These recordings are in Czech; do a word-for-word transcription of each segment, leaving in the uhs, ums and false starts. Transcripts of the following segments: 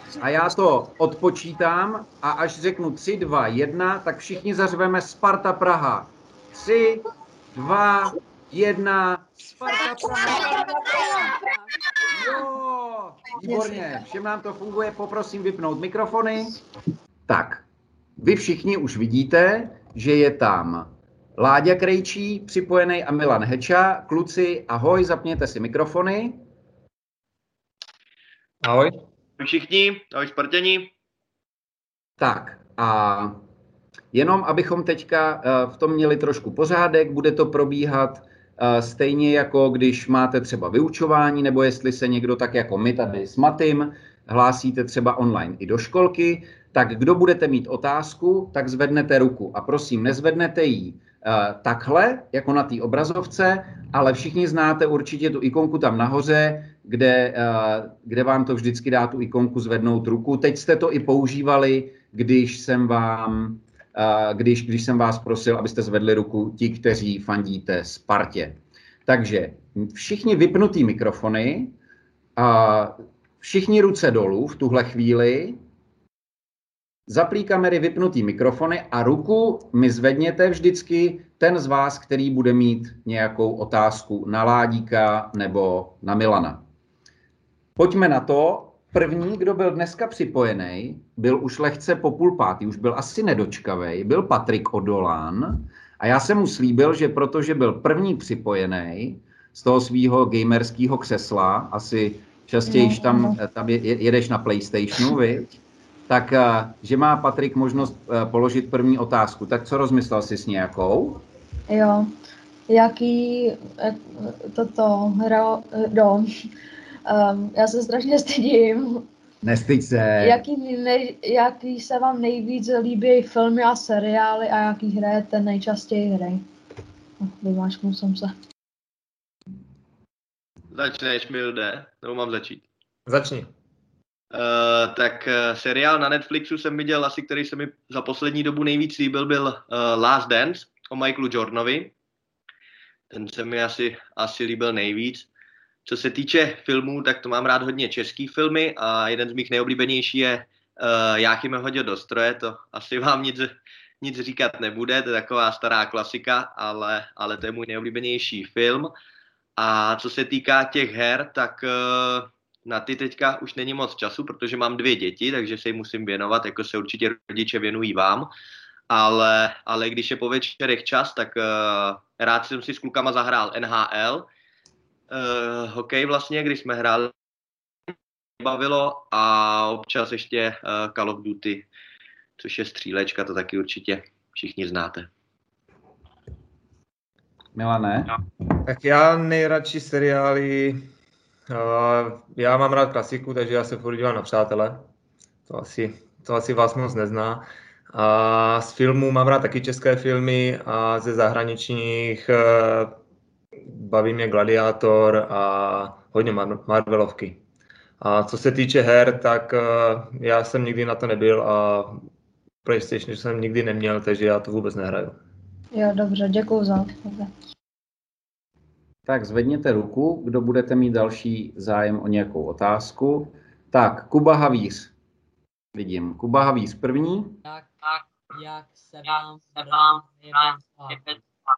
a já to odpočítám a až řeknu tři, dva, jedna, tak všichni zařveme Sparta Praha. tři, dva, jedna, Sparta Praha. Jo, výborně, všem nám to funguje, poprosím vypnout mikrofony. Tak, vy všichni už vidíte, že je tam Láďa Krejčí, připojený a Milan Heča. Kluci, ahoj, zapněte si mikrofony. Ahoj. Všichni, ahoj Spartěni. Tak a jenom abychom teďka v tom měli trošku pořádek, bude to probíhat stejně jako když máte třeba vyučování, nebo jestli se někdo tak jako my tady s Matym hlásíte třeba online i do školky, tak kdo budete mít otázku, tak zvednete ruku. A prosím, nezvednete ji takhle, jako na té obrazovce, ale všichni znáte určitě tu ikonku tam nahoře, kde, kde vám to vždycky dá tu ikonku zvednout ruku. Teď jste to i používali, když jsem vám, když, když jsem vás prosil, abyste zvedli ruku ti, kteří fandíte Spartě. Takže všichni vypnutý mikrofony, všichni ruce dolů v tuhle chvíli, zaplý kamery, vypnutý mikrofony a ruku mi zvedněte vždycky ten z vás, který bude mít nějakou otázku na Ládíka nebo na Milana. Pojďme na to. První, kdo byl dneska připojený, byl už lehce po půl pátý, už byl asi nedočkavej, byl Patrik Odolán a já jsem mu slíbil, že protože byl první připojený z toho svýho gamerského křesla, asi častěji tam, tam jedeš na PlayStationu, viď? Tak, že má Patrik možnost položit první otázku. Tak co rozmyslel jsi s nějakou? Jo, jaký toto hra do... Um, já se strašně stydím. Nestyď se. Jaký, nej, jaký se vám nejvíc líbí filmy a seriály a jaký hrajete nejčastěji hry? Vymáčknul jsem se. Začneš, Milde, nebo mám začít? Začni. Uh, tak uh, seriál na Netflixu jsem viděl asi, který se mi za poslední dobu nejvíc líbil, byl uh, Last Dance o Michaelu Jordanovi. Ten se mi asi, asi líbil nejvíc. Co se týče filmů, tak to mám rád hodně český filmy a jeden z mých nejoblíbenějších je uh, Jáchyme hodil do stroje, to asi vám nic, nic říkat nebude, to je taková stará klasika, ale, ale to je můj nejoblíbenější film. A co se týká těch her, tak uh, na ty teďka už není moc času, protože mám dvě děti, takže se jim musím věnovat, jako se určitě rodiče věnují vám. Ale, ale když je po večerech čas, tak uh, rád jsem si s klukama zahrál N H L, uh, hokej vlastně, když jsme hráli, bavilo a občas ještě uh, Call of Duty, což je střílečka, to taky určitě všichni znáte. Milane? Tak já nejradši seriály, uh, já mám rád klasiku, takže já se furt dívám na Přátele, to asi, to asi vás moc nezná. A z filmů mám rád taky české filmy a ze zahraničních uh, baví mě Gladiátor a hodně Marvelovky. A co se týče her, tak uh, já jsem nikdy na to nebyl a PlayStation jsem nikdy neměl, takže já to vůbec nehraju. Jo, dobře, děkuju za odpověď. Tak zvedněte ruku, kdo budete mít další zájem o nějakou otázku. Tak, Kuba Havíř. Vidím. Kuba Havíř první. Tak, jak se vám hraje?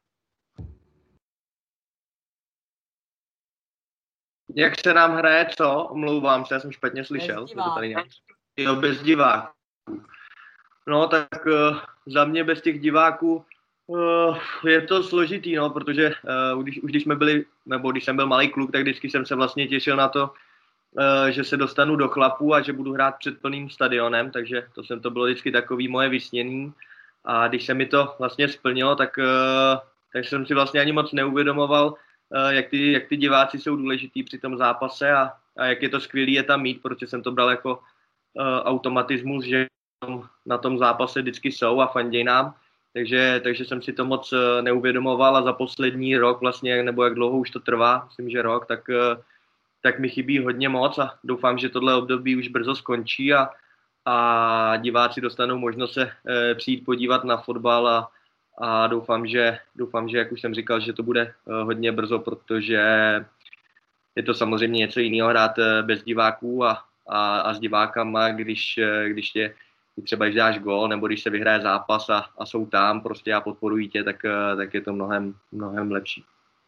Jak se nám hraje, co? Omlouvám se, já jsem špatně slyšel. Bez diváků. Jo, bez diváků. No tak uh, za mě bez těch diváků uh, je to složitý, no, protože uh, když, už když jsme byli, nebo když jsem byl malý kluk, tak vždycky jsem se vlastně těšil na to, uh, že se dostanu do chlapů a že budu hrát před plným stadionem, takže to jsem to bylo vždycky takový moje vysnění. A když se mi to vlastně splnilo, tak, uh, tak jsem si vlastně ani moc neuvědomoval, uh, jak, ty, jak ty diváci jsou důležitý při tom zápase a, a jak je to skvělý je tam mít, protože jsem to bral jako uh, automatismus, že na tom zápase vždycky jsou a fanděj nám, takže, takže jsem si to moc neuvědomoval a za poslední rok vlastně, nebo jak dlouho už to trvá, myslím, že rok, tak, tak mi chybí hodně moc a doufám, že tohle období už brzo skončí a, a diváci dostanou možnost se e, přijít podívat na fotbal a, a doufám, že, doufám, že, jak už jsem říkal, že to bude e, hodně brzo, protože je to samozřejmě něco jiného hrát e, bez diváků a a, a s divákama, když, když tě třeba když dáš gól, nebo když se vyhraje zápas a, a jsou tam prostě a podporují tě, tak, tak je to mnohem, mnohem lepší.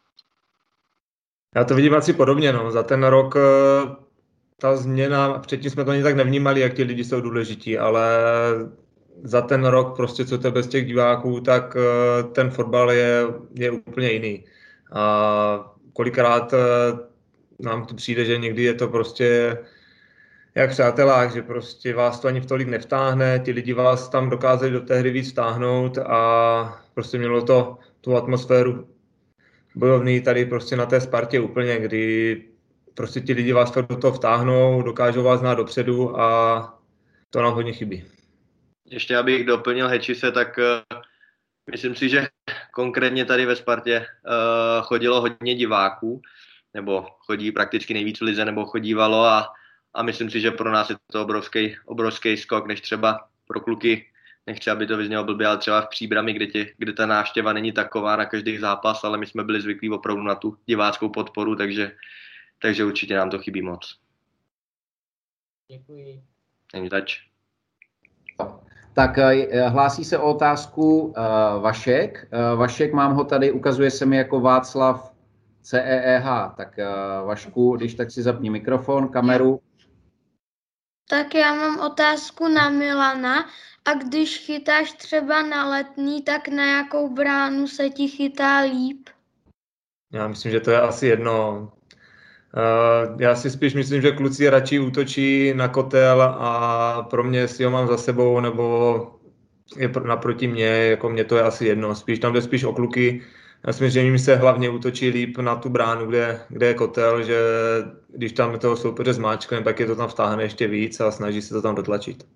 Já to vidím asi podobně, no. Za ten rok ta změna, předtím jsme to ani tak nevnímali, jak ti lidi jsou důležití, ale za ten rok prostě, co to bez těch diváků, tak ten fotbal je, je úplně jiný. A kolikrát nám to přijde, že někdy je to prostě jak v přátelách, že prostě vás to ani v tolik nevtáhne, ti lidi vás tam dokázali do té hry víc vtáhnout a prostě mělo to tu atmosféru bojovný tady prostě na té Spartě úplně, kdy prostě ti lidi vás do toho vtáhnou, dokážou vás znát dopředu a to nám hodně chybí. Ještě abych doplnil Hečise, tak uh, myslím si, že konkrétně tady ve Spartě uh, chodilo hodně diváků, nebo chodí prakticky nejvíc v lize, nebo chodívalo a, a myslím si, že pro nás je to obrovský, obrovský skok, než třeba pro kluky, nechci, aby to vyznělo blbě, ale třeba v Příbrami, kde, tě, kde ta návštěva není taková na každý zápas, ale my jsme byli zvyklí opravdu na tu diváckou podporu, takže, takže určitě nám to chybí moc. Děkuji. Není zač. Tak hlásí se o otázku uh, Vašek. Uh, Vašek, mám ho tady, ukazuje se mi jako Václav C E E H. Tak uh, Vašku, když tak si zapni mikrofon, kameru. Tak já mám otázku na Milana. A když chytáš třeba na Letný, tak na jakou bránu se ti chytá líp? Já myslím, že to je asi jedno. Uh, já si spíš myslím, že kluci radši útočí na Kotel a pro mě, jestli ho mám za sebou nebo je naproti mě, jako mě to je asi jedno. Spíš tam jde spíš o kluky. Já si myslím, že mi se hlavně útočí líp na tu bránu, kde, kde je Kotel, že když tam toho soupeře zmáčkne, tak je to tam vtáhne ještě víc a snaží se to tam dotlačit.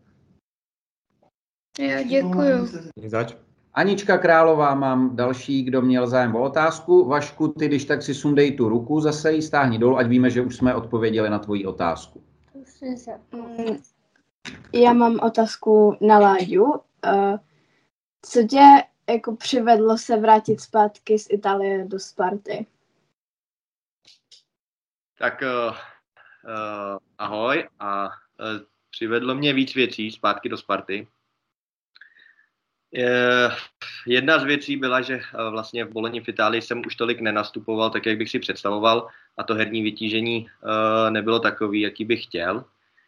Jo, děkuju. Zač. Anička Králová, mám další, kdo měl zájem o otázku. Vašku, ty když tak si sundej tu ruku, zase ji stáhni dolů, ať víme, že už jsme odpověděli na tvoji otázku. Já mám otázku na Láďu. Co tě jako přivedlo se vrátit zpátky z Itálie do Sparty? Tak uh, uh, ahoj a uh, přivedlo mě víc věcí zpátky do Sparty. Jedna z věcí byla, že vlastně v Bologni v Itálii jsem už tolik nenastupoval, tak jak bych si představoval, a to herní vytížení nebylo takový, jaký bych chtěl.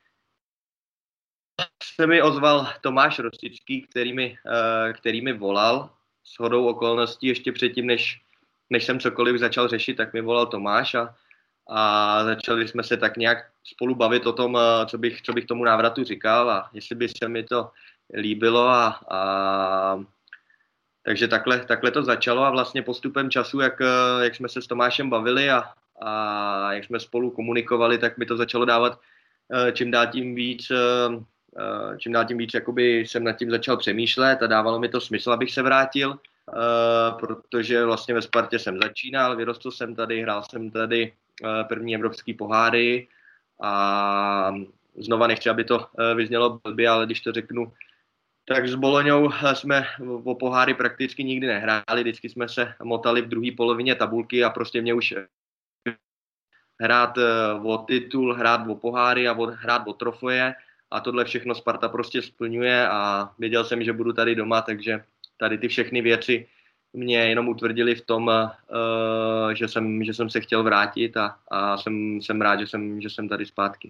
Se mi ozval Tomáš Rostický, který mi, který mi volal shodou okolností ještě předtím, než, než jsem cokoliv začal řešit, tak mi volal Tomáš a, a začali jsme se tak nějak spolu bavit o tom, co bych, co bych tomu návratu říkal a jestli by se mi to líbilo a, a takže takhle, takhle to začalo a vlastně postupem času, jak, jak jsme se s Tomášem bavili a, a jak jsme spolu komunikovali, tak mi to začalo dávat čím dál tím víc, čím dál tím víc jakoby jsem nad tím začal přemýšlet a dávalo mi to smysl, abych se vrátil, protože vlastně ve Spartě jsem začínal, vyrostl jsem tady, hrál jsem tady první evropský poháry a znova nechci, aby to vyznělo blbě, ale když to řeknu, tak s Bolognou jsme o poháry prakticky nikdy nehráli, vždycky jsme se motali v druhé polovině tabulky a prostě mě už hrát o titul, hrát o poháry a hrát o trofeje a tohle všechno Sparta prostě splňuje a věděl jsem, že budu tady doma, takže tady ty všechny věci mě jenom utvrdili v tom, že jsem, že jsem se chtěl vrátit a, a jsem, jsem rád, že jsem, že jsem tady zpátky.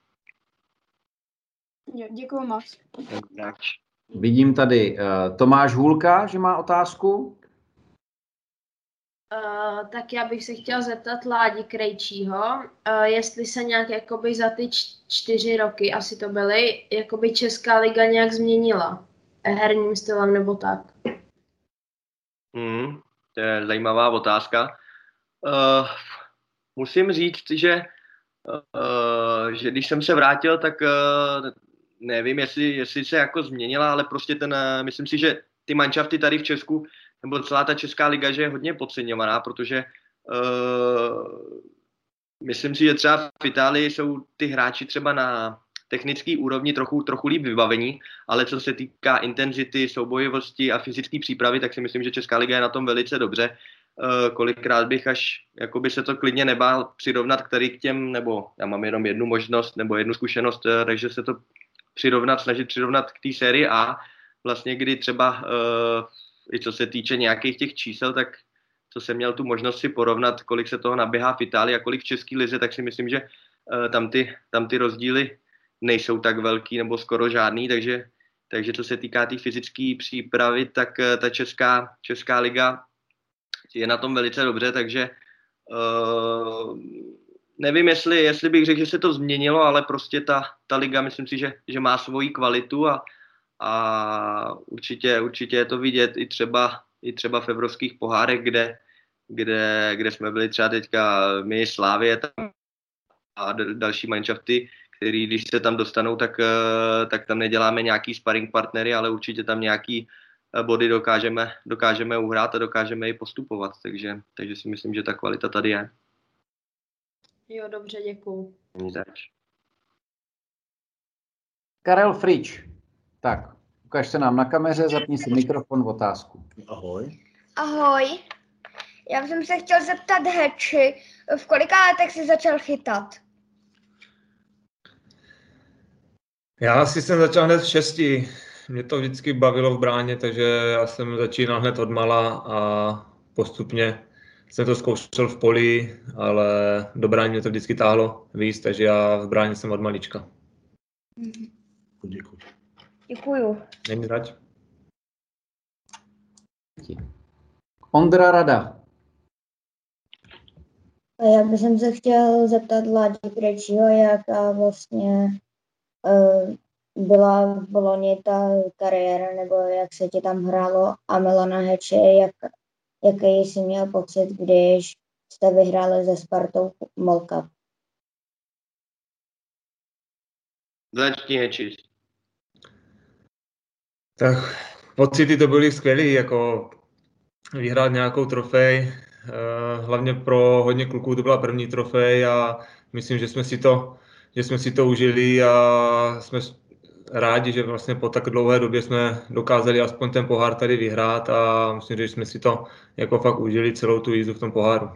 Jo, děkuju moc. Vidím tady uh, Tomáš Hůlka, že má otázku. Uh, tak já bych se chtěla zeptat Ládi Krejčího, uh, jestli se nějak jakoby za ty č- čtyři roky, asi to byly, jakoby Česká liga nějak změnila herním stylem nebo tak. Mm, to je zajímavá otázka. Uh, musím říct, že, uh, že když jsem se vrátil, tak uh, nevím, jestli, jestli se jako změnila, ale prostě ten, uh, myslím si, že ty manšafty tady v Česku, nebo celá ta Česká liga, že je hodně podceňovaná, protože uh, myslím si, že třeba v Itálii jsou ty hráči třeba na technické úrovni trochu, trochu líp vybavení, ale co se týká intenzity, soubojivosti a fyzické přípravy, tak si myslím, že Česká liga je na tom velice dobře. kolikrát bych až jakoby se to klidně nebál přirovnat k tady k těm, nebo já mám jenom jednu možnost nebo jednu zkušenost, takže se to přirovnat, snažit přirovnat k té sérii A, vlastně kdy třeba i co se týče nějakých těch čísel, tak co jsem měl tu možnost si porovnat, kolik se toho naběhá v Itálii a kolik v České lize, tak si myslím, že tam ty, tam ty rozdíly nejsou tak velký nebo skoro žádný, takže, takže co se týká té tý fyzické přípravy, tak ta česká, česká liga je na tom velice dobře, takže uh, nevím, jestli, jestli bych řekl, že se to změnilo, ale prostě ta, ta liga, myslím si, že, že má svoji kvalitu a, a určitě, určitě je to vidět i třeba, i třeba v evropských pohárech, kde, kde, kde jsme byli třeba teďka my, Slávie tam a další manšafty, který když se tam dostanou, tak, tak tam neděláme nějaký sparring partnery, ale určitě tam nějaký body dokážeme, dokážeme uhrát a dokážeme i postupovat, takže, takže si myslím, že ta kvalita tady je. Jo, dobře, děkuju. Nic zač. Karel Frič. Tak, ukaž se nám na kameře, zapni si mikrofon, otázku. Ahoj. Ahoj. Já jsem se chtěl zeptat Heči, v kolika letech jsi začal chytat? Já si jsem začal hned v šesti. Mě to vždycky bavilo v bráně, takže já jsem začínal hned od mala a postupně jsem to zkoušel v poli, ale do brány mě to vždycky táhlo víc, takže já v bráně jsem od malička. Děkuji. Děkuju. Není zač. Ondra Rada. Já bych se chtěl zeptat Ládi Krejčího, jaká vlastně uh, byla v Boloni ta kariéra, nebo jak se ti tam hrálo, a Milana Heče, jak, jaký jsi měl pocit, když jste vyhráli se Spartou Mall Cup? Začni Hečis. Tak pocity to byly skvělý, jako vyhrát nějakou trofej. Hlavně pro hodně kluků to byla první trofej a myslím, že jsme si to, že jsme si to užili a jsme rádi, že vlastně po tak dlouhé době jsme dokázali aspoň ten pohár tady vyhrát a myslím, že jsme si to jako fakt užili celou tu jízdu v tom poháru.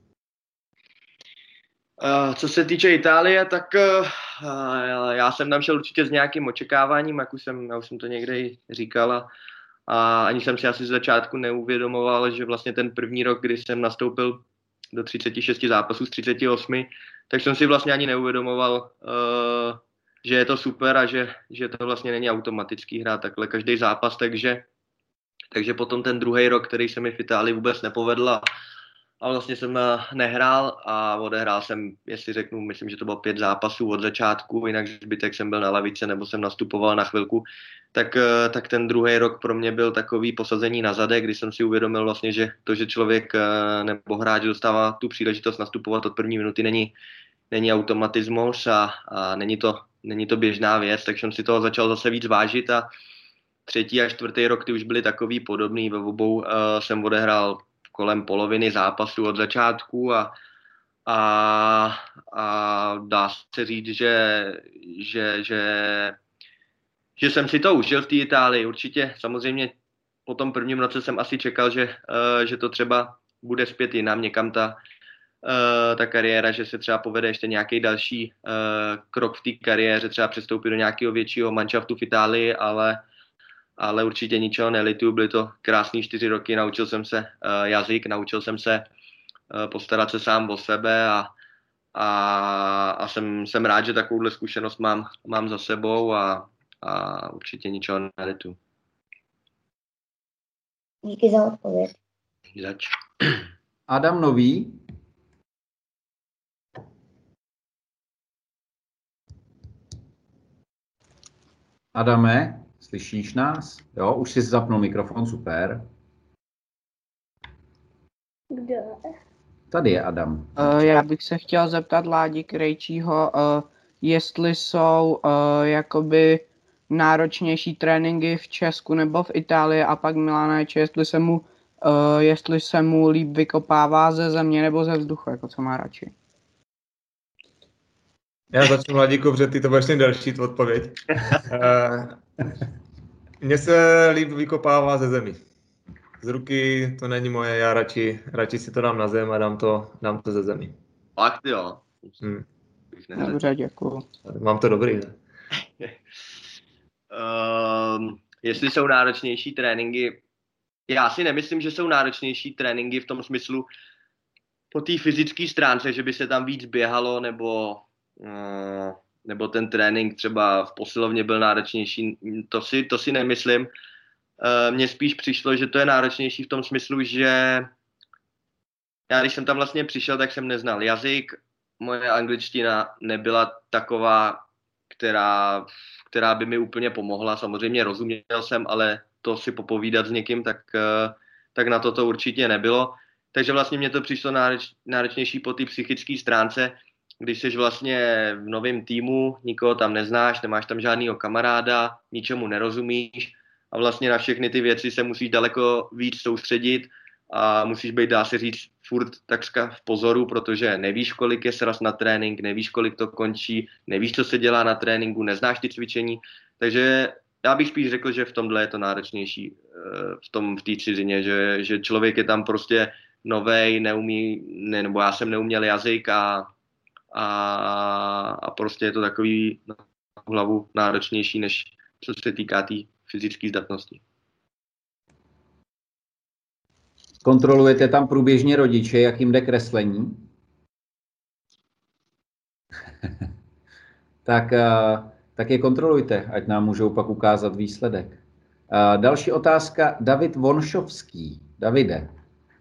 Co se týče Itálie, tak já jsem tam šel určitě s nějakým očekáváním, jak už jsem, já už jsem to někde i říkal, a ani jsem si asi z začátku neuvědomoval, že vlastně ten první rok, kdy jsem nastoupil do třiceti šesti zápasů z třiceti osmi, tak jsem si vlastně ani neuvědomoval, že je to super a že, že to vlastně není automatický hrát takhle každý zápas, takže, takže potom ten druhý rok, který se mi v Itálii vůbec nepovedl a, a vlastně jsem nehrál a odehrál jsem, jestli řeknu, myslím, že to bylo pět zápasů od začátku, jinak zbytek jsem byl na lavice nebo jsem nastupoval na chvilku, tak, tak ten druhý rok pro mě byl takový posazení na zadek, kdy jsem si uvědomil vlastně, že to, že člověk nebo hráč dostává tu příležitost nastupovat od první minuty, není, není automatismus a, a není, to, není to běžná věc, takže jsem si toho začal zase víc vážit a třetí a čtvrtý rok ty už byly takový podobný, ve obou uh, jsem odehrál kolem poloviny zápasu od začátku a, a, a dá se říct, že, že, že, že jsem si to užil v té Itálii. Určitě samozřejmě po tom prvním roce jsem asi čekal, že, uh, že to třeba bude zpět jinam, někam ta, uh, ta kariéra, že se třeba povede ještě nějaký další uh, krok v té kariéře, třeba přestoupit do nějakého většího manšaftu v Itálii, ale ale určitě ničeho nelituju, byly to krásný čtyři roky, naučil jsem se uh, jazyk, naučil jsem se uh, postarat se sám o sebe a, a, a jsem, jsem rád, že takovouhle zkušenost mám, mám za sebou a, a určitě ničeho nelituju. Díky za odpověď. Zač. Adam Nový. Adame, slyšíš nás? Jo, už jsi zapnul mikrofon, super. Kdo? Tady je Adam. Uh, já bych se chtěl zeptat Ládi Krejčího, uh, jestli jsou uh, jakoby náročnější tréninky v Česku nebo v Itálii a pak Milana Heče, jestli se mu, uh, jestli se mu líp vykopává ze země nebo ze vzduchu, jako co má radši. Já začnu, Ladíku, protože ty to budeš ten delší tu odpověď. Mně se líp vykopává ze zemi. z ruky to není moje, já radši, radši si to dám na zem a dám to, dám to ze zemi. Fakt jo. Hmm. Dobře, děkuju. Mám to dobrý, ne? um, jestli jsou náročnější tréninky, já si nemyslím, že jsou náročnější tréninky v tom smyslu po té fyzické stránce, že by se tam víc běhalo, nebo, uh, nebo ten trénink třeba v posilovně byl náročnější, to si, to si nemyslím. Uh, mně spíš přišlo, že to je náročnější v tom smyslu, že já když jsem tam vlastně přišel, tak jsem neznal jazyk, moje angličtina nebyla taková, která, která by mi úplně pomohla. Samozřejmě rozuměl jsem, ale to si popovídat s někým, tak, tak na to to určitě nebylo. Takže vlastně mě to přišlo nároč, náročnější po té psychické stránce, když jsi vlastně v novém týmu, nikoho tam neznáš, nemáš tam žádného kamaráda, ničemu nerozumíš a vlastně na všechny ty věci se musíš daleko víc soustředit a musíš být, dá se říct, furt takřka v pozoru, protože nevíš, kolik je sraz na trénink, nevíš, kolik to končí, nevíš, co se dělá na tréninku, neznáš ty cvičení, takže já bych spíš řekl, že v tomhle je to náročnější, v tom v té cizině, že, že člověk je tam prostě novej, neumí, ne, nebo já jsem neuměl jazyk a, a, a prostě je to takový na hlavu náročnější, než co se týká té tý fyzické zdatnosti. Kontrolujete tam průběžně rodiče, jak jim jde kreslení? tak, tak je kontrolujte, ať nám můžou pak ukázat výsledek. Další otázka, David Vonšovský. Davide.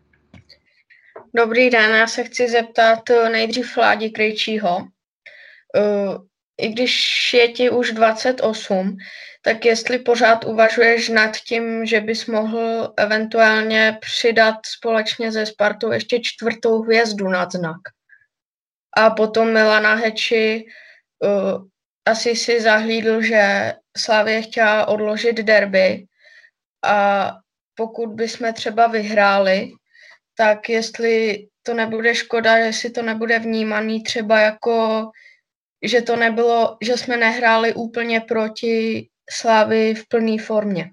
Dobrý den, já se chci zeptat nejdřív Ládi Krejčího. I když je ti už dvacet osm, tak jestli pořád uvažuješ nad tím, že bys mohl eventuálně přidat společně se Spartou ještě čtvrtou hvězdu nad znak. A potom Milana Heči, uh, asi si zahlídl, že Slavie chtěla odložit derby a pokud bychom třeba vyhráli, tak jestli to nebude škoda, jestli to nebude vnímaný třeba jako, že to nebylo, že jsme nehráli úplně proti Slávy v plné formě.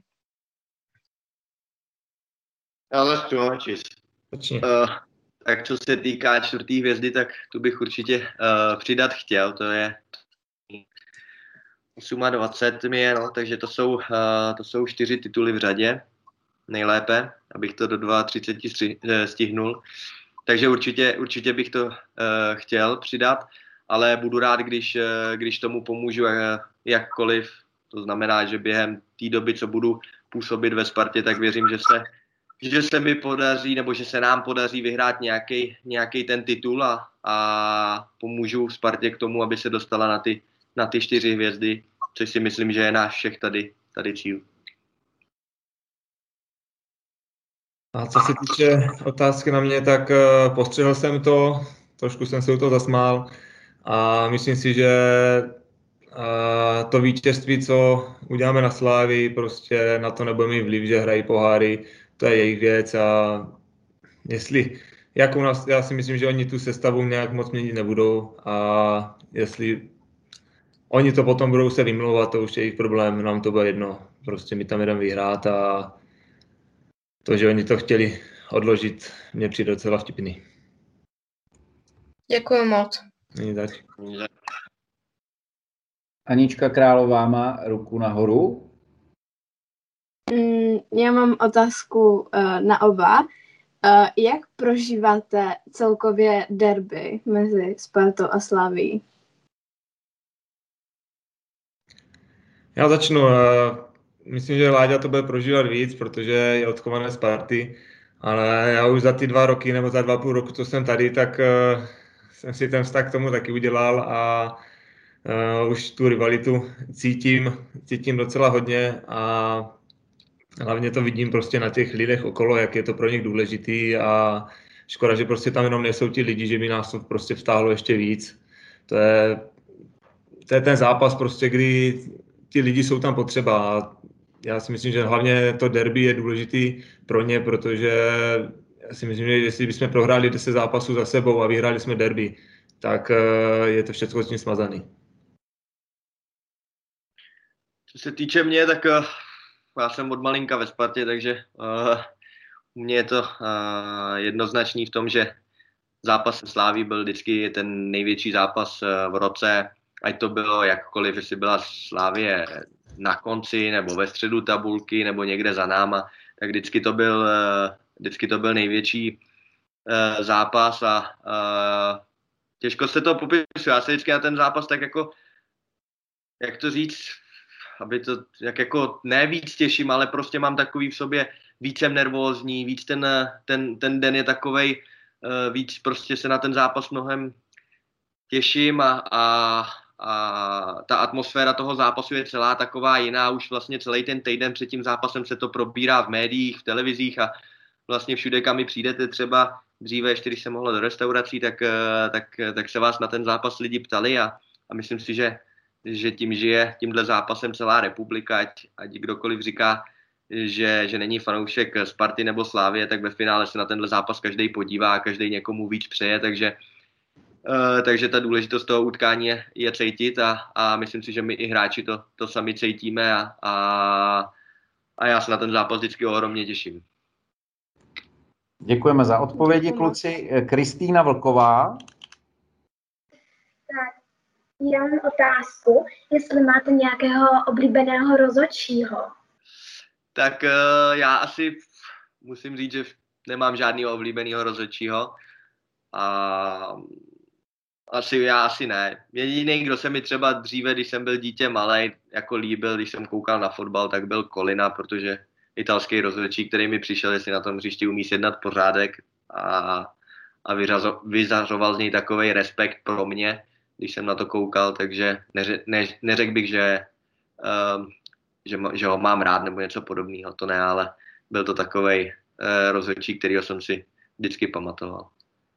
Ale čis. Uh, tak co se týká čtvrtý hvězdy, tak tu bych určitě uh, přidat chtěl, to je dvacet osm mi je, no, takže to jsou, uh, to jsou čtyři tituly v řadě, nejlépe, abych to do třicet dva stihnul. Takže určitě, určitě bych to uh, chtěl přidat, ale budu rád, když, uh, když tomu pomůžu uh, jakkoliv. To znamená, že během té doby, co budu působit ve Spartě, tak věřím, že se, že se mi podaří, nebo že se nám podaří vyhrát nějaký, nějaký ten titul a, a pomůžu Spartě k tomu, aby se dostala na ty, na ty čtyři hvězdy, což si myslím, že je náš všech tady, tady cíl. A co se týče otázky na mě, tak uh, postřehl jsem to, trošku jsem se u toho zasmál a myslím si, že uh, to vítězství, co uděláme na Slávii, prostě na to nebudeme mít vliv, že hrají poháry, to je jejich věc a jestli, jak u nás, já si myslím, že oni tu sestavu nějak moc měnit nebudou a jestli oni to potom budou se vymlouvat, to už je jejich problém, nám to bude jedno, prostě my tam jdeme vyhrát a to, že oni to chtěli odložit, mě přijde docela vtipný. Děkuji moc. Není tak. Anička Králová má ruku nahoru. Mm, já mám otázku uh, na oba. Uh, jak prožíváte celkově derby mezi Spartou a Slavií? Já začnu. Myslím, že Láďa to bude prožívat víc, protože je odchované z Sparty, ale já už za ty dva roky nebo za dva půl roku, co jsem tady, tak uh, jsem si ten vztah k tomu taky udělal a uh, už tu rivalitu cítím, cítím docela hodně a hlavně to vidím prostě na těch lidech okolo, jak je to pro nich důležitý a škoda, že prostě tam jenom nejsou ti lidi, že by nás to prostě vtáhlo ještě víc. To je, to je ten zápas prostě, kdy ti lidi jsou tam potřeba a já si myslím, že hlavně to derby je důležitý pro ně, protože já si myslím, že jestli bychom prohráli deset zápasů za sebou a vyhráli jsme derby, tak je to všechno s tím smazaný. Co se týče mě, tak uh, já jsem od malinka ve Spartě, takže uh, u mě je to uh, jednoznačný v tom, že zápas se Sláví byl vždycky ten největší zápas uh, v roce, ať to bylo jakkoliv, jestli byla Slávie na konci, nebo ve středu tabulky, nebo někde za náma, tak vždycky to byl, uh, vždycky to byl největší uh, zápas a uh, těžko se to popisuje. Já se vždycky na ten zápas tak jako, jak to říct, aby to jak jako ne víc těším, ale prostě mám takový v sobě víc jsem nervózní, víc ten, ten, ten den je takovej, víc prostě se na ten zápas mnohem těším a, a, a ta atmosféra toho zápasu je celá taková jiná, už vlastně celý ten týden před tím zápasem se to probírá v médiích, v televizích a vlastně všude, kam mi přijdete, třeba dříve, ještě když jsem mohla do restaurací, tak, tak, tak se vás na ten zápas lidi ptali a, a myslím si, že, že tím žije tímhle zápasem celá republika, ať, ať kdokoliv říká, že, že není fanoušek Sparty nebo Slávie, tak ve finále se na tenhle zápas každý podívá, každý někomu víc přeje, takže, uh, takže ta důležitost toho utkání je, je cítit a, a myslím si, že my i hráči to, to sami cítíme a, a, a já se na ten zápas vždycky ohromně těším. Děkujeme za odpovědi, kluci. Kristýna Vlková. Tak, já mám otázku, jestli máte nějakého oblíbeného rozhodčího. Tak uh, já asi musím říct, že nemám žádného oblíbeného rozhodčího. A asi já asi ne. Jediný, kdo se mi třeba dříve, když jsem byl dítě malej, jako líbil, když jsem koukal na fotbal, tak byl Kolina, protože italský rozhodčí, který mi přišel, jestli na tom hřišti umí sjednat pořádek a, a vyřazo, vyzařoval z něj takovej respekt pro mě, když jsem na to koukal, takže neře, ne, neřekl bych, že, um, že, že ho mám rád nebo něco podobného, to ne, ale byl to takovej uh, rozhodčí, kterýho jsem si vždycky pamatoval.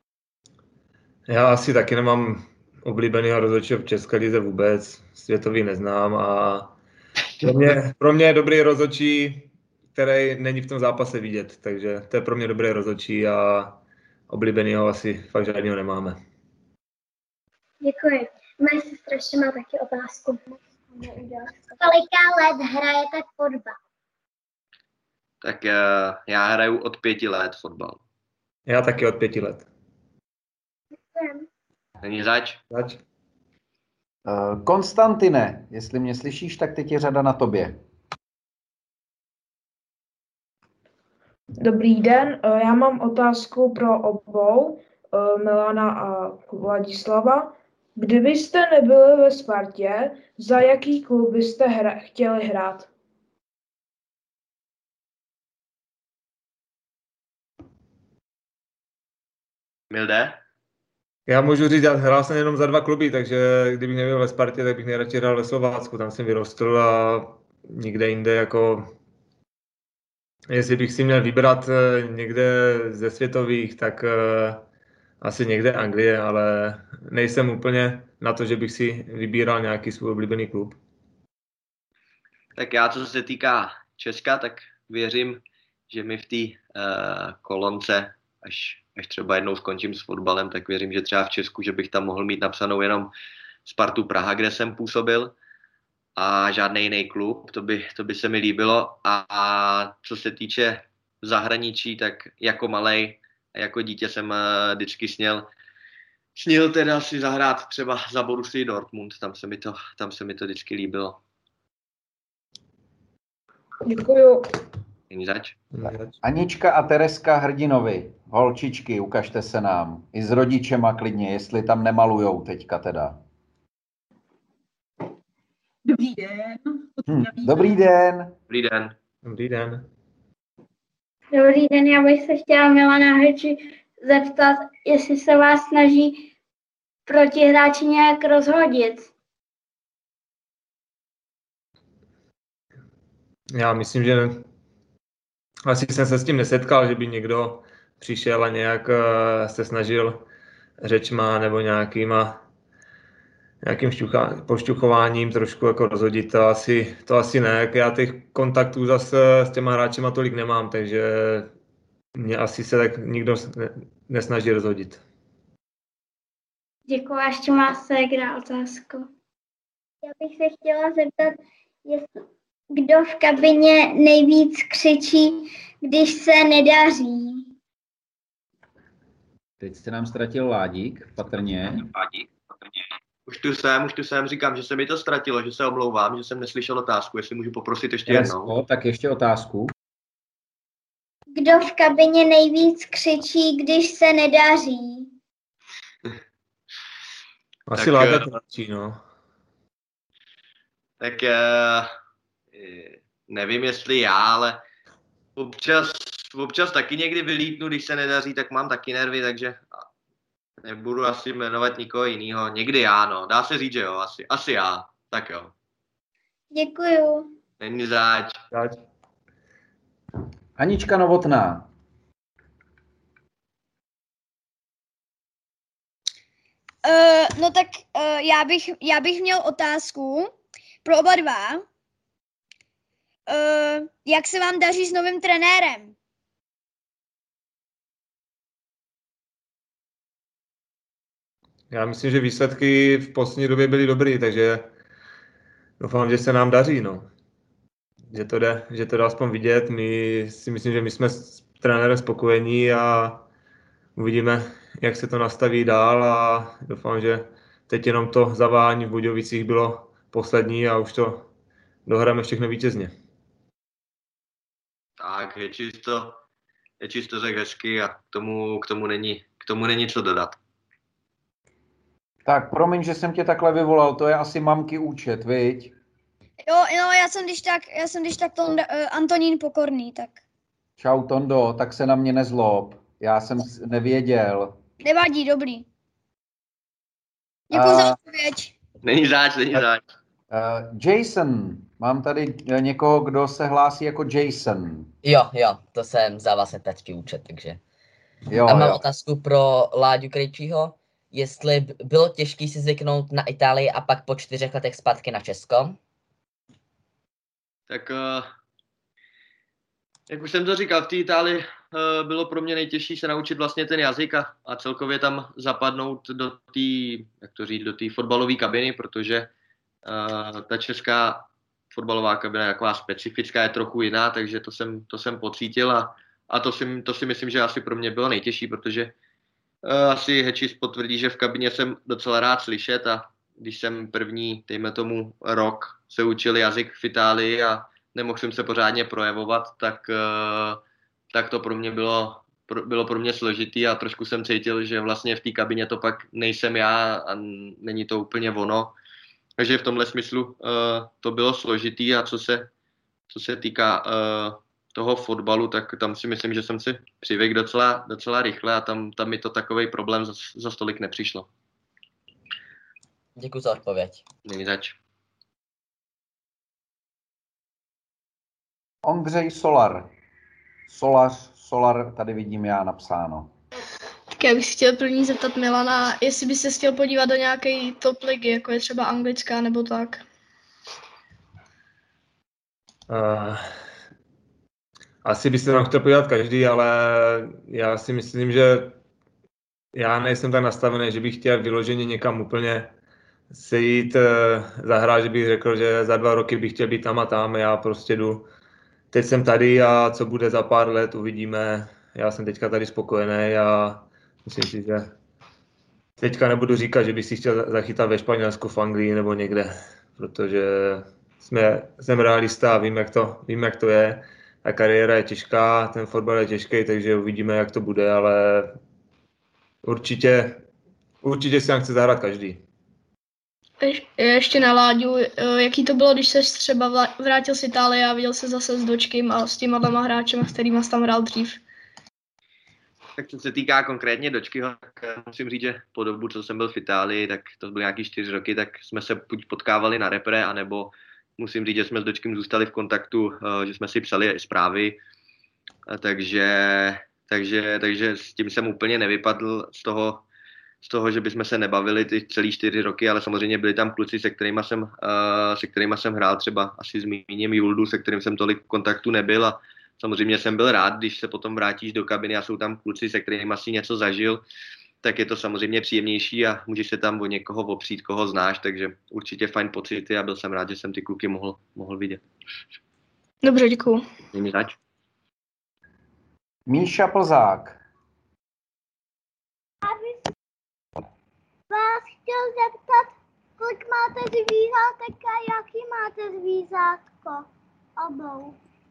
Já asi taky nemám oblíbeného rozhodčího v České lize vůbec, světový neznám a pro mě, pro mě je dobrý rozhodčí, který není v tom zápase vidět, takže to je pro mě dobrý rozhodčí a oblíbenýho asi fakt žádného nemáme. Děkuji. Moje sestra ještě má taky otázku. Kolika let hrajete fotbal? Tak uh, já hraju od pěti let fotbal. Já taky od pěti let. Děkujem. Není zač? Zač. Uh, Konstantine, jestli mě slyšíš, tak teď je řada na tobě. Dobrý den, já mám otázku pro obou, Milana a Vladislava. Kdybyste nebyli ve Spartě, za jaký klub byste hra- chtěli hrát? Milde? Já můžu říct, já hrál jsem jenom za dva kluby, takže kdybych nebyl ve Spartě, tak bych nejradši hrál ve Slovácku, tam jsem vyrostl a nikde jinde jako... Jestli bych si měl vybrat někde ze světových, tak asi někde Anglie, ale nejsem úplně na to, že bych si vybíral nějaký svůj oblíbený klub. Tak já, co se týká Česka, tak věřím, že mi v té uh, kolonce, až, až třeba jednou skončím s fotbalem, tak věřím, že třeba v Česku, že bych tam mohl mít napsanou jenom Spartu Praha, kde jsem působil, a žádný jiný klub, to by, to by se mi líbilo. A, a co se týče zahraničí, tak jako malej, jako dítě jsem uh, vždycky sněl, sněl teda si zahrát třeba za Borussii Dortmund, tam se mi to, tam se mi to vždycky líbilo. Děkuju. Není zač? Anička a Tereska Hrdinovi, holčičky, ukažte se nám. I s rodičema klidně, jestli tam nemalujou teďka teda. Dobrý den. Hm, dobrý den. Dobrý den. Dobrý den. Dobrý den, já bych se chtěla Milana Hrči zeptat, jestli se vás snaží protihráči nějak rozhodit. Já myslím, že asi jsem se s tím nesetkal, že by někdo přišel a nějak se snažil řečma nebo nějakýma nějakým šťucha, pošťuchováním trošku jako rozhodit, to asi, to asi ne. Já těch kontaktů zase s těma hráčema tolik nemám, takže mě asi se tak nikdo nesnaží rozhodit. Děkuji, ještě má ségra otázku. Já bych se chtěla zeptat, jestli, kdo v kabině nejvíc křičí když se nedaří. Teď se nám ztratil Ládík, patrně. Ládík, patrně. Už tu jsem, už tu jsem, říkám, že se mi to ztratilo, že se omlouvám, že jsem neslyšel otázku, jestli můžu poprosit ještě jednou. Tak ještě otázku. Kdo v kabině nejvíc křičí, když se nedaří? Asi Láďa křičí, no. Tak uh, nevím, jestli já, ale občas, občas taky někdy vylítnu, když se nedaří, tak mám taky nervy, takže nebudu asi jmenovat nikoho jiného. Někdy já, no. Dá se říct, že jo, asi, asi já. Tak jo. Děkuju. Není zač. Zač. Anička Novotná. Uh, no tak uh, já, bych, já bych měl otázku pro oba dva. Uh, jak se vám daří s novým trenérem? Já myslím, že výsledky v poslední době byly dobrý, takže doufám, že se nám daří, no. Že to jde, že to jde aspoň vidět. My si myslím, že my jsme s trenérem spokojení a uvidíme, jak se to nastaví dál a doufám, že teď jenom to zaváhání v Budějovicích bylo poslední a už to dohráme všechno vítězně. Tak, je čisto, je čisto řek hezky a k tomu, k tomu není, k tomu není co dodat. Tak, promiň, že jsem tě takhle vyvolal, to je asi mamky účet, viď? Jo, no, já jsem když tak, já jsem když tak to uh, Antonín Pokorný, tak. Čau Tondo, tak se na mě nezlob, já jsem nevěděl. Nevadí, dobrý. Děkuji uh, za odpověď. Není záč, není záč. Uh, Jason, mám tady někoho, kdo se hlásí jako Jason. Jo, jo, to jsem za vlastně tačky účet, takže. Jo, a mám jo. otázku pro Láďu Krejčího. Jestli bylo těžké si zvyknout na Itálii a pak po čtyřech letech zpátky na Česko? Tak, uh, jak už jsem to říkal, v té Itálii uh, bylo pro mě nejtěžší se naučit vlastně ten jazyk a, a celkově tam zapadnout do té, jak to říct, do té fotbalové kabiny, protože uh, ta česká fotbalová kabina je taková specifická, je trochu jiná, takže to jsem, to jsem pocítil a, a to, si, to si myslím, že asi pro mě bylo nejtěžší, protože uh, asi Hečis potvrdí, že v kabině jsem docela rád slyšet a když jsem první, dejme tomu, rok se učil jazyk v Itálii a nemohl jsem se pořádně projevovat, tak, tak to pro mě bylo, bylo pro mě složitý a trošku jsem cítil, že vlastně v té kabině to pak nejsem já a není to úplně ono. Takže v tomhle smyslu to bylo složitý a co se, co se týká toho fotbalu, tak tam si myslím, že jsem si přivykl docela, docela rychle a tam, tam mi to takovej problém za, za stolik nepřišlo. Děkuji za odpověď. Není zač. Ondřej Solar. Solař, Solar, tady vidím já napsáno. Tak já bych si chtěl první zeptat Milana, jestli by se chtěl podívat do nějaké top ligy, jako je třeba anglická nebo tak. Uh, asi by se tam chtěl podívat každý, ale já si myslím, že já nejsem tak nastavený, že bych chtěl vyloženě někam úplně se jít zahrát, že bych řekl, že za dva roky bych chtěl být tam a tam. Já prostě jdu, teď jsem tady a co bude za pár let, uvidíme. Já jsem teďka tady spokojený a myslím si, že teďka nebudu říkat, že bych si chtěl zachytat ve Španělsku, v Anglii nebo někde, protože jsme, jsem realista a vím jak, to, vím, jak to je. Ta kariéra je těžká, ten fotbal je těžký, takže uvidíme, jak to bude, ale určitě, určitě si tam chce zahrát každý. Ještě na Láďu, jaký to bylo, když se třeba vrátil z Itálie a viděl se zase s Dočkým a s těma dvěma hráčema, s kterýma jsi tam hrál dřív? Tak co se týká konkrétně Dočkyho, tak musím říct, že po dobu, co jsem byl v Itálii, tak to byly nějaký čtyři roky, tak jsme se buď potkávali na repre, anebo musím říct, že jsme s Dočkým zůstali v kontaktu, že jsme si psali zprávy, takže, takže, takže s tím jsem úplně nevypadl z toho, z toho, že bychom se nebavili ty celý čtyři roky, ale samozřejmě byli tam kluci, se kterými jsem, uh, se kterýma jsem hrál, třeba asi zmíním Juldu, se kterým jsem tolik v kontaktu nebyl a samozřejmě jsem byl rád, když se potom vrátíš do kabiny a jsou tam kluci, se kterými si něco zažil, tak je to samozřejmě příjemnější a můžeš se tam o někoho opřít, koho znáš, takže určitě fajn pocity a byl jsem rád, že jsem ty kluky mohl, mohl vidět. Dobře, děkuju. Měj zač. Míša Plzák. Vás chtěl zeptat, kolik máte zvířátek a jaký máte zvířátko? Obou.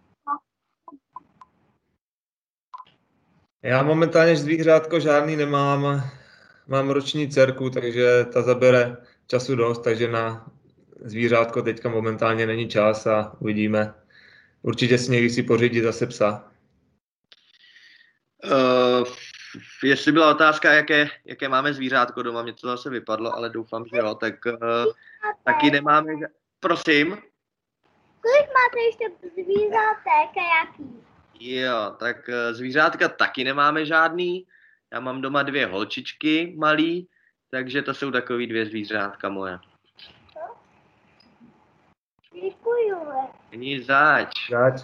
Já momentálně zvířátko žádný nemám. Mám roční dcerku, takže ta zabere času dost, takže na zvířátko teďka momentálně není čas a uvidíme. Určitě si někdy si pořídit zase psa. Uh, jestli byla otázka, jaké, jaké máme zvířátko doma, mě to zase vypadlo, ale doufám, že jo, tak uh, taky nemáme... Prosím? Kolik máte ještě zvířátek a jaký? Jo, tak uh, zvířátka taky nemáme žádný. Já mám doma dvě holčičky malý, takže to jsou takový dvě zvířátka moje. Děkuju. Není zač. Zač.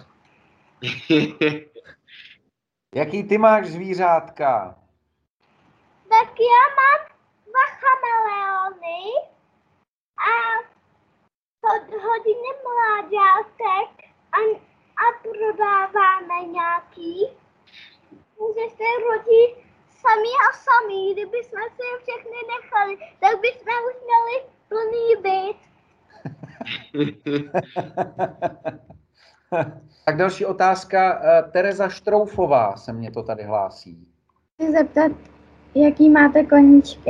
Jaký ty máš zvířátka? Tak já mám dva chameleony a to hodně mláďátek a, a prodáváme nějaký. Že se rodí sami a sami. Kdyby jsme si je všechny nechali, tak bychom už měli plný byt. Tak další otázka. Tereza Štroufová se mě to tady hlásí. Chci zeptat, jaký máte koníčky?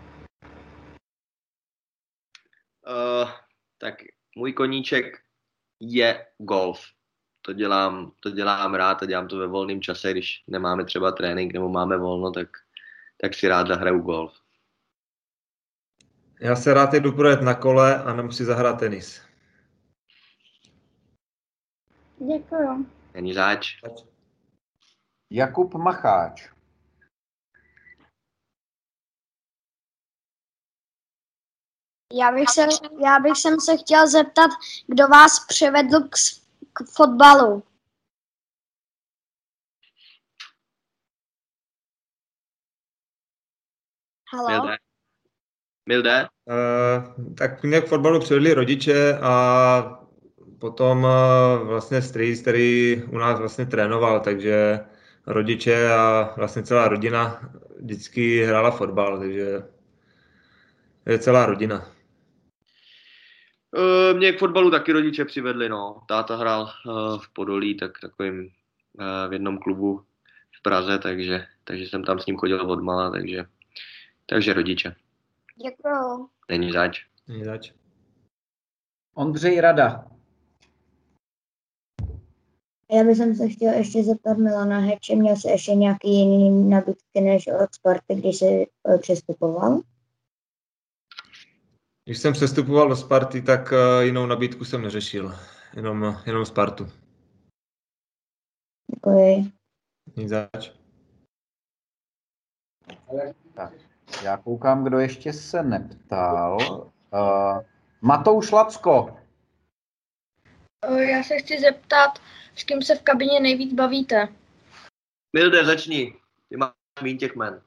Uh, tak můj koníček je golf. To dělám, to dělám rád a dělám to ve volném čase, když nemáme třeba trénink nebo máme volno, tak, tak si rád zahraju golf. Já se rád jdu projet na kole a nemusí zahrát tenis. Děkuju. Není zač. Jakub Macháč. Já bych, se, já bych sem se chtěl zeptat, kdo vás přivedl k, k fotbalu. Haló? Milde? Milde? Uh, tak mě k fotbalu přivedli rodiče a potom uh, vlastně strýc, který u nás vlastně trénoval, takže rodiče a vlastně celá rodina vždycky hrála fotbal, takže je celá rodina. Uh, mě k fotbalu taky rodiče přivedli, no. Táta hrál uh, v Podolí, tak takovým uh, v jednom klubu v Praze, takže, takže jsem tam s ním chodil odmala, takže, takže rodiče. Děkuju. Není zač. Není zač. Ondřej Rada. Já bych se chtěl ještě zeptat Milana Heče, měl jsi ještě nějaký jiný nabídky než od Sparty, když jsi přestupoval? Když jsem přestupoval do Sparty, tak jinou nabídku jsem neřešil, jenom, jenom Spartu. Děkuji. Nic zač. Tak, já koukám, kdo ještě se neptal. Uh, Matouš Lacko. Já se chci zeptat, s kým se v kabině nejvíc bavíte? Milde, začni. Ty máš míň těch men.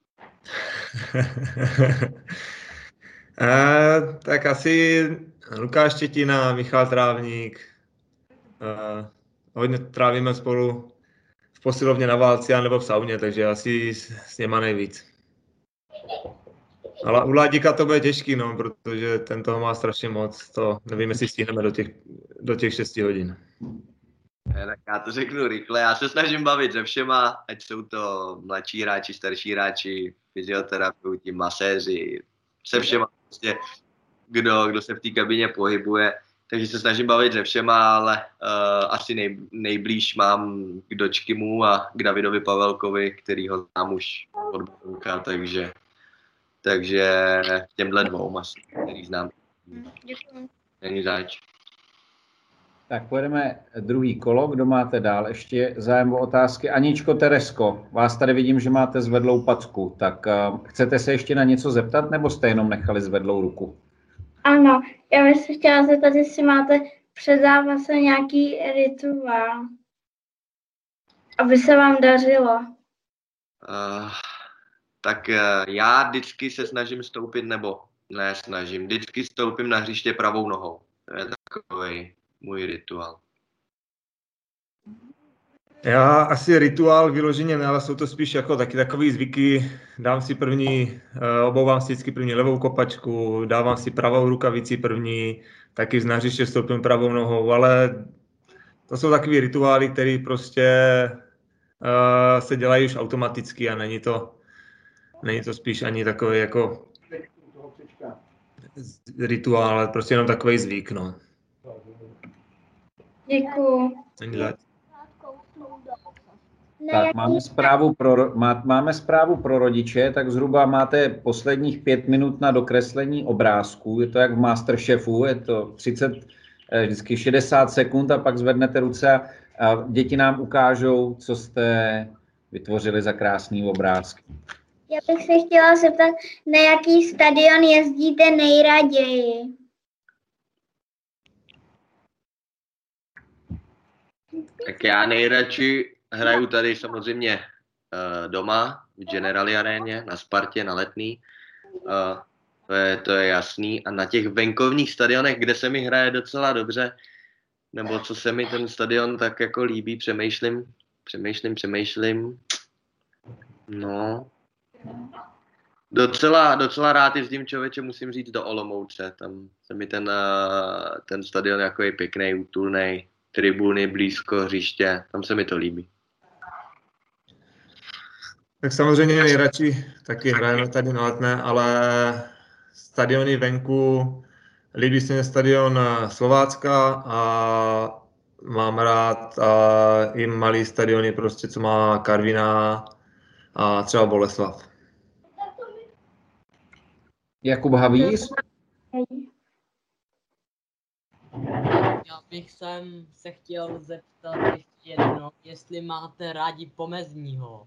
Uh, tak asi Lukáš Štětina, Michal Trávník. Uh, hodně trávíme spolu v posilovně na válci nebo v sauně, takže asi s, s něma nejvíc. Ale u Ládíka to bude těžký, no, protože ten toho má strašně moc. To nevím, jestli stihneme do těch, do těch šesti hodin. Tak já to řeknu rychle. Já se snažím bavit se všema, ať jsou to mladší hráči, starší hráči, fyzioterapeuti, maséři, se všema, prostě, kdo, kdo se v té kabině pohybuje. Takže se snažím bavit se všema, ale uh, asi nej, nejblíž mám k Dočkymu a k Davidovi Pavelkovi, který ho znám už od Bohunka, takže, takže těmhle dvou asi, který znám. Děkuji. Není zač. Tak pojedeme druhý kolo. Kdo máte dál ještě zájem o otázky? Aničko Teresko, vás tady vidím, že máte zvedlou packu. Tak uh, chcete se ještě na něco zeptat, nebo jste jenom nechali zvedlou ruku? Ano, já bych se chtěla zeptat, jestli máte před zápasem nějaký rituál, aby se vám dařilo. Uh, tak uh, já vždycky se snažím stoupit, nebo ne snažím, vždycky stoupím na hřiště pravou nohou. To je takový můj rituál. Já asi rituál vyloženě ne, ale jsou to spíš jako taky takový zvyky. Dám si první, obouvám si vždycky první levou kopačku, dávám si pravou rukavici první, taky z hřiště vstoupím pravou nohou, ale to jsou takový rituály, které prostě uh, se dělají už automaticky a není to, není to spíš ani takový jako rituál, ale prostě jenom takový zvyk, no. Děkuju. Není zač. Tak máme zprávu, pro, má, máme zprávu pro rodiče, tak zhruba máte posledních pět minut na dokreslení obrázků. Je to jak v Masterchefu, je to třicet, vždycky šedesát sekund a pak zvednete ruce a, a děti nám ukážou, co jste vytvořili za krásný obrázky. Já bych se chtěla zeptat, na jaký stadion jezdíte nejraději? Tak já nejradši hraju tady samozřejmě uh, doma, v Generali aréně, na Spartě, na Letný. Uh, to, je, to je jasný. A na těch venkovních stadionech, kde se mi hraje docela dobře, nebo co se mi ten stadion tak jako líbí, přemýšlím, přemýšlím, přemýšlím. No, docela, docela rád jezdím, člověče, musím říct, do Olomouce. Tam se mi ten, uh, ten stadion jako je pěkný, útulnej, tribuny blízko hřiště, tam se mi to líbí. Tak samozřejmě nejradši taky hrajeme tady na Letné, ale stadiony venku, líbí se mi stadion Slovácka a mám rád a i malý stadiony, prostě, co má Karviná a třeba Boleslav. Jakub Havíř? Já bych sem se chtěl zeptat ještě jedno, jestli máte rádi Pomezního.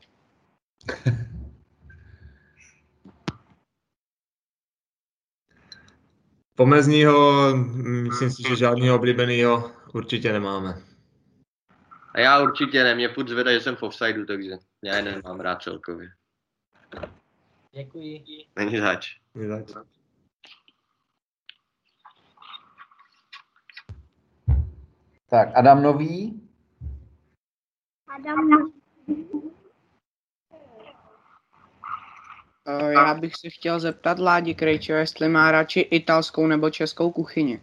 Pomezního, myslím si, že žádného oblíbeného určitě nemáme. A já určitě ne, mě furt zvede, že jsem v offsideu, takže já je nemám rád celkově. Děkuji. Není zač. Není zač. Tak, Adam Nový. Adam Nový. Já bych se chtěl zeptat Ládi Krejčího, jestli má radši italskou nebo českou kuchyni.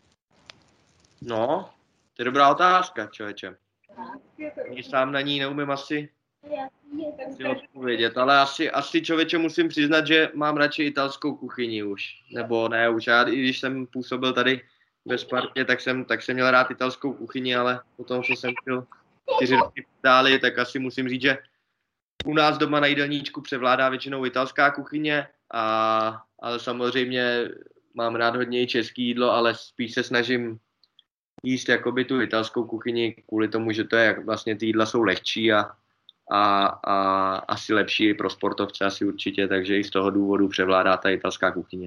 No, to je dobrá otázka, člověče. Ani sám na ní neumím asi si odpovědět, ale asi, asi člověče musím přiznat, že mám radši italskou kuchyni už. Nebo ne už, já i když jsem působil tady ve Spartě, tak jsem, tak jsem měl rád italskou kuchyni, ale potom, co jsem byl čtyři roky v Itálii, tak asi musím říct, že u nás doma na jídelníčku převládá většinou italská kuchyně, a, ale samozřejmě mám rád hodně i český jídlo, ale spíš se snažím jíst jakoby tu italskou kuchyni kvůli tomu, že to je, vlastně ty jídla jsou lehčí a, a, a asi lepší pro sportovce asi určitě, takže i z toho důvodu převládá ta italská kuchyně.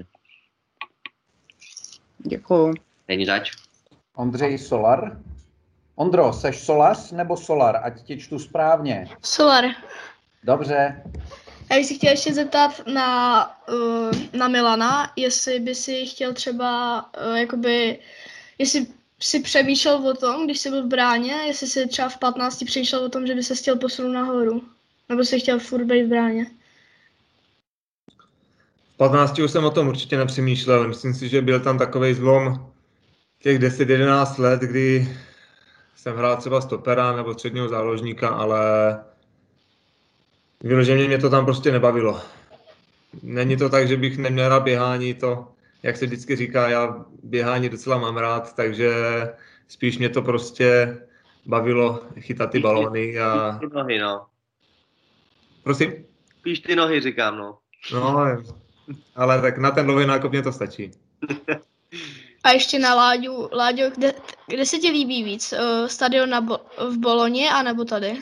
Děkuju. Není zač. Ondřej Solar. Ondro, seš Solař nebo Solar? Ať ti čtu správně. Solar. Dobře. Já bych si chtěl ještě zeptat na, uh, na Milana, jestli by si chtěl třeba, uh, jakoby, jestli si přemýšlel o tom, když jsi byl v bráně, jestli si třeba v patnácti přemýšlel o tom, že by se chtěl posunout nahoru, nebo si chtěl furt být v bráně. V patnácti už jsem o tom určitě nepřemýšlel. Myslím si, že byl tam takovej zlom těch deset jedenáct let, kdy jsem hrál třeba stopera nebo středního záložníka, ale vyloženě mě to tam prostě nebavilo. Není to tak, že bych neměl rád běhání, to, jak se vždycky říká, já běhání docela mám rád, takže spíš mě to prostě bavilo chytat ty balóny a... Spíš ty nohy, no. Prosím? Spíš ty nohy, říkám, no. No, ale tak na ten dlouhý nákop mě to stačí. A ještě na Láďu, Láďo, kde, kde se ti líbí víc? Uh, stadion na Bo- v Boloni anebo tady?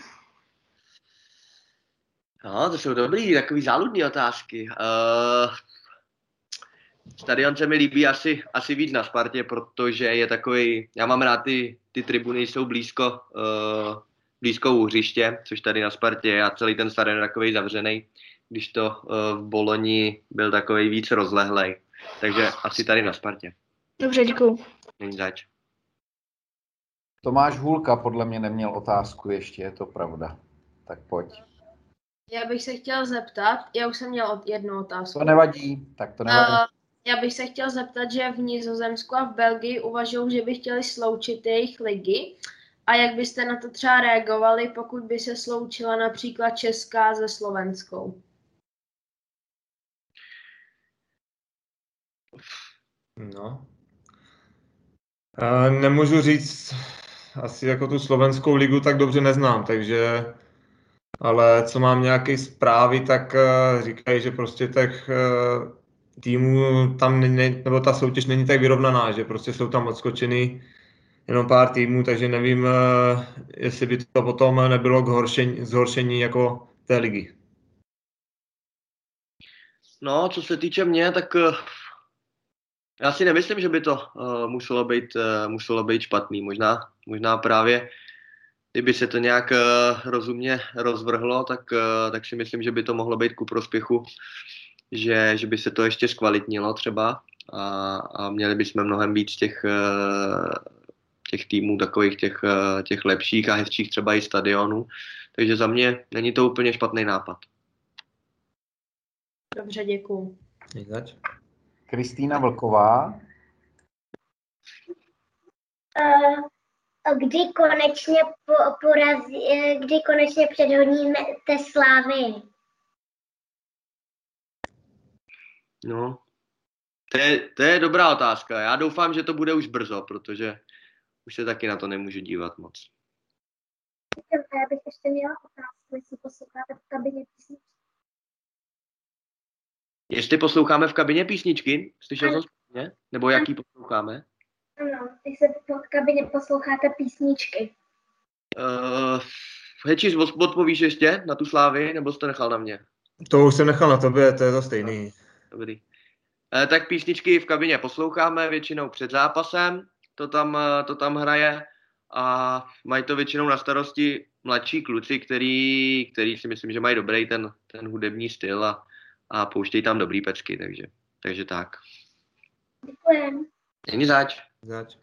No, to jsou dobrý, takový záludný otázky. Uh, stadion se mi líbí asi, asi víc na Spartě, protože je takový, já mám rád ty, ty tribuny, jsou blízko, uh, blízko u hřiště, což tady na Spartě je, a celý ten stadion je takový zavřený, když to uh, v Boloni byl takový víc rozlehlej. Takže asi tady na Spartě. Dobře, děkuju. Není zač. Tomáš Hůlka podle mě neměl otázku ještě, je to pravda. Tak pojď. Já bych se chtěl zeptat, já už jsem měl jednu otázku. To nevadí, tak to nevadí. Uh, já bych se chtěl zeptat, že v Nizozemsku a v Belgii uvažují, že by chtěli sloučit jejich ligy. A jak byste na to třeba reagovali, pokud by se sloučila například Česká se Slovenskou? No. Uh, nemůžu říct, asi jako tu slovenskou ligu tak dobře neznám, takže, ale co mám nějaké zprávy, tak uh, říkají, že prostě těch uh, týmů tam není, nebo ta soutěž není tak vyrovnaná, že prostě jsou tam odskočeny jenom pár týmů, takže nevím, uh, jestli by to potom nebylo k horšení, zhoršení jako té ligy. No, co se týče mě, tak uh, já si nemyslím, že by to uh, muselo být, uh, muselo být špatný. Možná, možná právě, kdyby se to nějak uh, rozumně rozvrhlo, tak, uh, tak si myslím, že by to mohlo být ku prospěchu, že, že by se to ještě zkvalitnilo třeba a, a měli bychom mnohem víc těch, uh, těch týmů, takových těch, uh, těch lepších a hezčích třeba i stadionů. Takže za mě není to úplně špatný nápad. Dobře, děkuju. Kristýna Vlková. Uh, kdy konečně po, porazí, kdy konečně předhodníme té Slávy? No, to je, to je dobrá otázka. Já doufám, že to bude už brzo, protože už se taky na to nemůžu dívat moc. Já bych ještě měla otázku, jestli posloucháte v kabině písničky. Jestli posloucháme v kabině písničky, slyšel jsem správně? Nebo jaký posloucháme? Ano, jestli v kabině posloucháte písničky. Uh, Heči, odpovíš ještě na tu Slávy, nebo jsi to nechal na mě? To už jsem nechal na tobě, to je to stejný. Dobrý. Uh, tak písničky v kabině posloucháme většinou před zápasem, to tam, to tam hraje a mají to většinou na starosti mladší kluci, který, který si myslím, že mají dobrý ten, ten hudební styl a a pouštějí tam dobrý pecky, takže, takže tak. Děkujem. Není zač. Zač.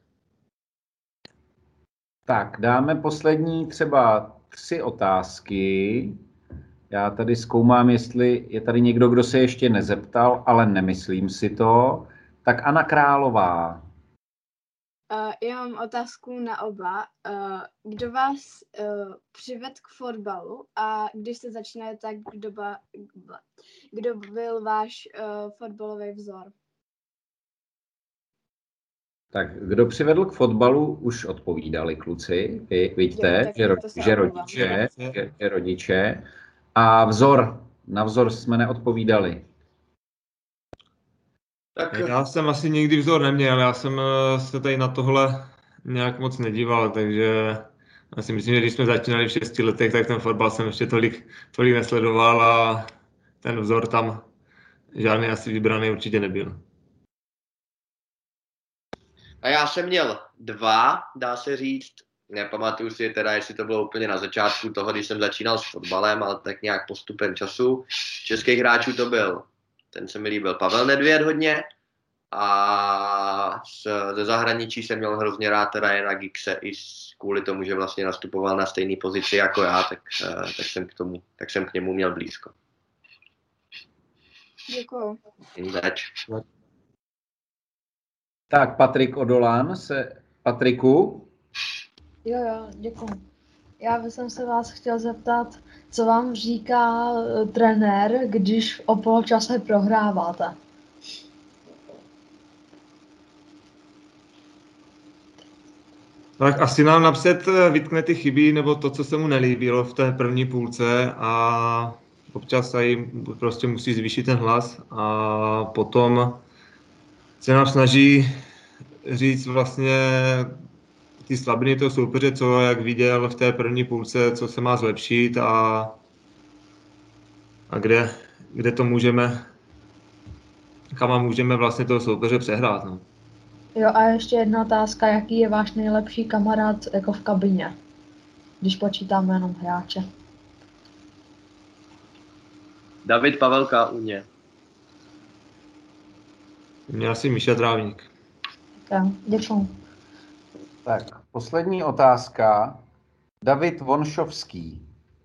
Tak, dáme poslední třeba tři otázky. Já tady zkoumám, jestli je tady někdo, kdo se ještě nezeptal, ale nemyslím si to. Tak Anna Králová. Uh, já mám otázku na oba. Uh, kdo vás uh, přived k fotbalu a když jste začínali, tak kdo, ba, kdo byl váš uh, fotbalový vzor? Tak kdo přivedl k fotbalu, už odpovídali kluci. Vy, vidíte, že, že, rodiče, že, že rodiče. A vzor, na vzor jsme neodpovídali. Tak já jsem asi nikdy vzor neměl, já jsem se tady na tohle nějak moc nedíval, takže já si myslím, že když jsme začínali v šesti letech, tak ten fotbal jsem ještě tolik, tolik nesledoval a ten vzor tam žádný asi vybraný určitě nebyl. A já jsem měl dva, dá se říct, nepamatuju si teda, jestli to bylo úplně na začátku toho, když jsem začínal s fotbalem, ale tak nějak postupem času. Z českých hráčů to byl, ten se mi líbil Pavel Nedvěd hodně a ze zahraničí jsem měl hrozně rád Ryana Giggse i kvůli tomu, že vlastně nastupoval na stejné pozici jako já, tak, tak, jsem k tomu, tak jsem k němu měl blízko. Děkuju. Zač. Tak Patrik Odolán se... Patriku? Jo, jo, děkuji. Já bych se vás chtěl zeptat, co vám říká trenér, když o poločase prohráváte? Tak asi nám napřed vytkne ty chyby, nebo to, co se mu nelíbilo v té první půlce a občas tady prostě musí zvýšit ten hlas a potom se nám snaží říct vlastně ty slabiny toho soupeře, co jak viděl v té první půlce, co se má zlepšit a, a kde, kde to můžeme, kam můžeme vlastně toho soupeře přehrát. No. Jo, a ještě jedna otázka, jaký je váš nejlepší kamarád jako v kabině, když počítáme jenom hráče? David Pavelka u mě. Mě asi Míša Trávník. Tak, děkuju. Tak, poslední otázka. David Vonšovský.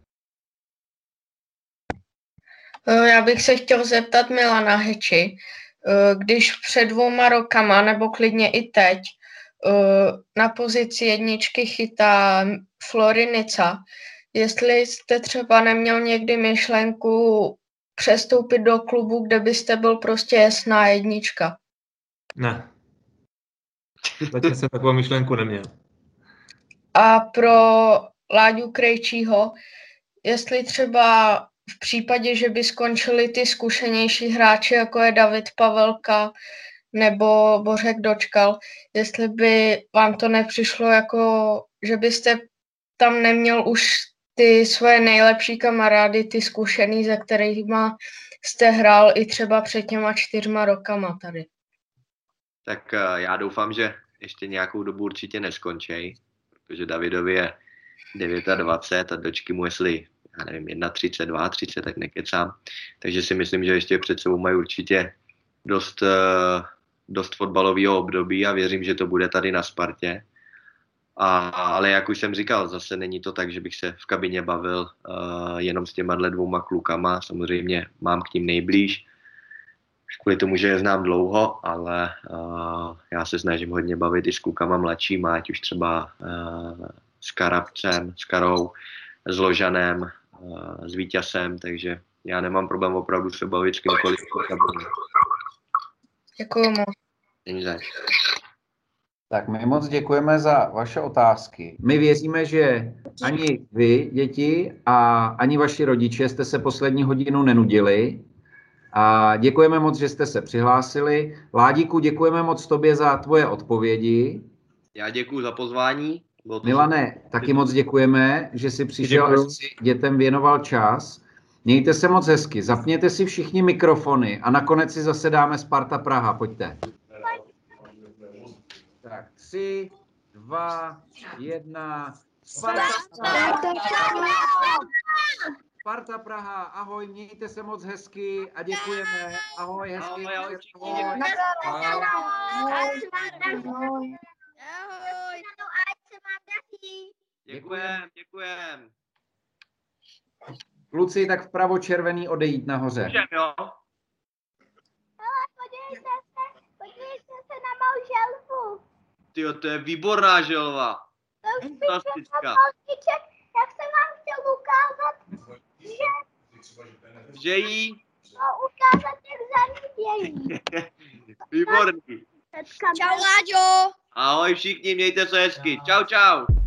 Já bych se chtěl zeptat Milana Heči, když před dvouma rokama, nebo klidně i teď, na pozici jedničky chytá Florinica, jestli jste třeba neměl někdy myšlenku přestoupit do klubu, kde byste byl prostě jasná jednička. Ne. Zatím jsem takovou myšlenku neměl. A pro Láďu Krejčího, jestli třeba v případě, že by skončili ty zkušenější hráči, jako je David Pavelka nebo Bořek Dočkal, jestli by vám to nepřišlo jako, že byste tam neměl už ty svoje nejlepší kamarády, ty zkušený, ze kterými jste hrál i třeba před těma čtyřma rokama tady. Tak já doufám, že ještě nějakou dobu určitě neskončí, protože Davidovi je dvacet devět a Dočky mu jestli, já nevím, třicet jedna, třicet dva, třicet, tak nekecám. Takže si myslím, že ještě před sebou mají určitě dost, dost fotbalového období a věřím, že to bude tady na Spartě. A, ale jak už jsem říkal, zase není to tak, že bych se v kabině bavil uh, jenom s těma dvouma klukama. Samozřejmě mám k ním nejblíž. Kvůli tomu, že je znám dlouho, ale uh, já se snažím hodně bavit i s klukama mladšíma, ať už třeba uh, s Karabcem, s Karou, s Ložanem, uh, s Víťazem, takže já nemám problém opravdu se bavit s kýmkoliv. Děkuju moc. Není zač. Tak my moc děkujeme za vaše otázky. My věříme, že ani vy, děti, a ani vaši rodiče jste se poslední hodinu nenudili. A děkujeme moc, že jste se přihlásili. Ládíku, děkujeme moc tobě za tvoje odpovědi. Já děkuju za pozvání. Milane, taky moc děkujeme, že jsi přišel a si dětem věnoval čas. Mějte se moc hezky, zapněte si všichni mikrofony a nakonec si zase dáme Sparta Praha, pojďte. Tak, tři, dva, jedna, Sparta Praha! Sparta Praha, ahoj, mějte se moc hezky a děkujeme. Ahoj, hezky. Ahoj, ahoj, Ahoj. Děkujem, děkujem. Kluci, tak vpravo červený odejít nahoře. Můžem, jo? Hele, podívejte se, podívejte se na mou želvu. Tyjo, to je výborná želva. To už bych Fantastická. jak jsem vám chtěl ukázat, že... Že jí? No, ukázat, jak zanívějí. Výborný. Čau, Láďo. Ahoj všichni, mějte se hezky. Čau, čau.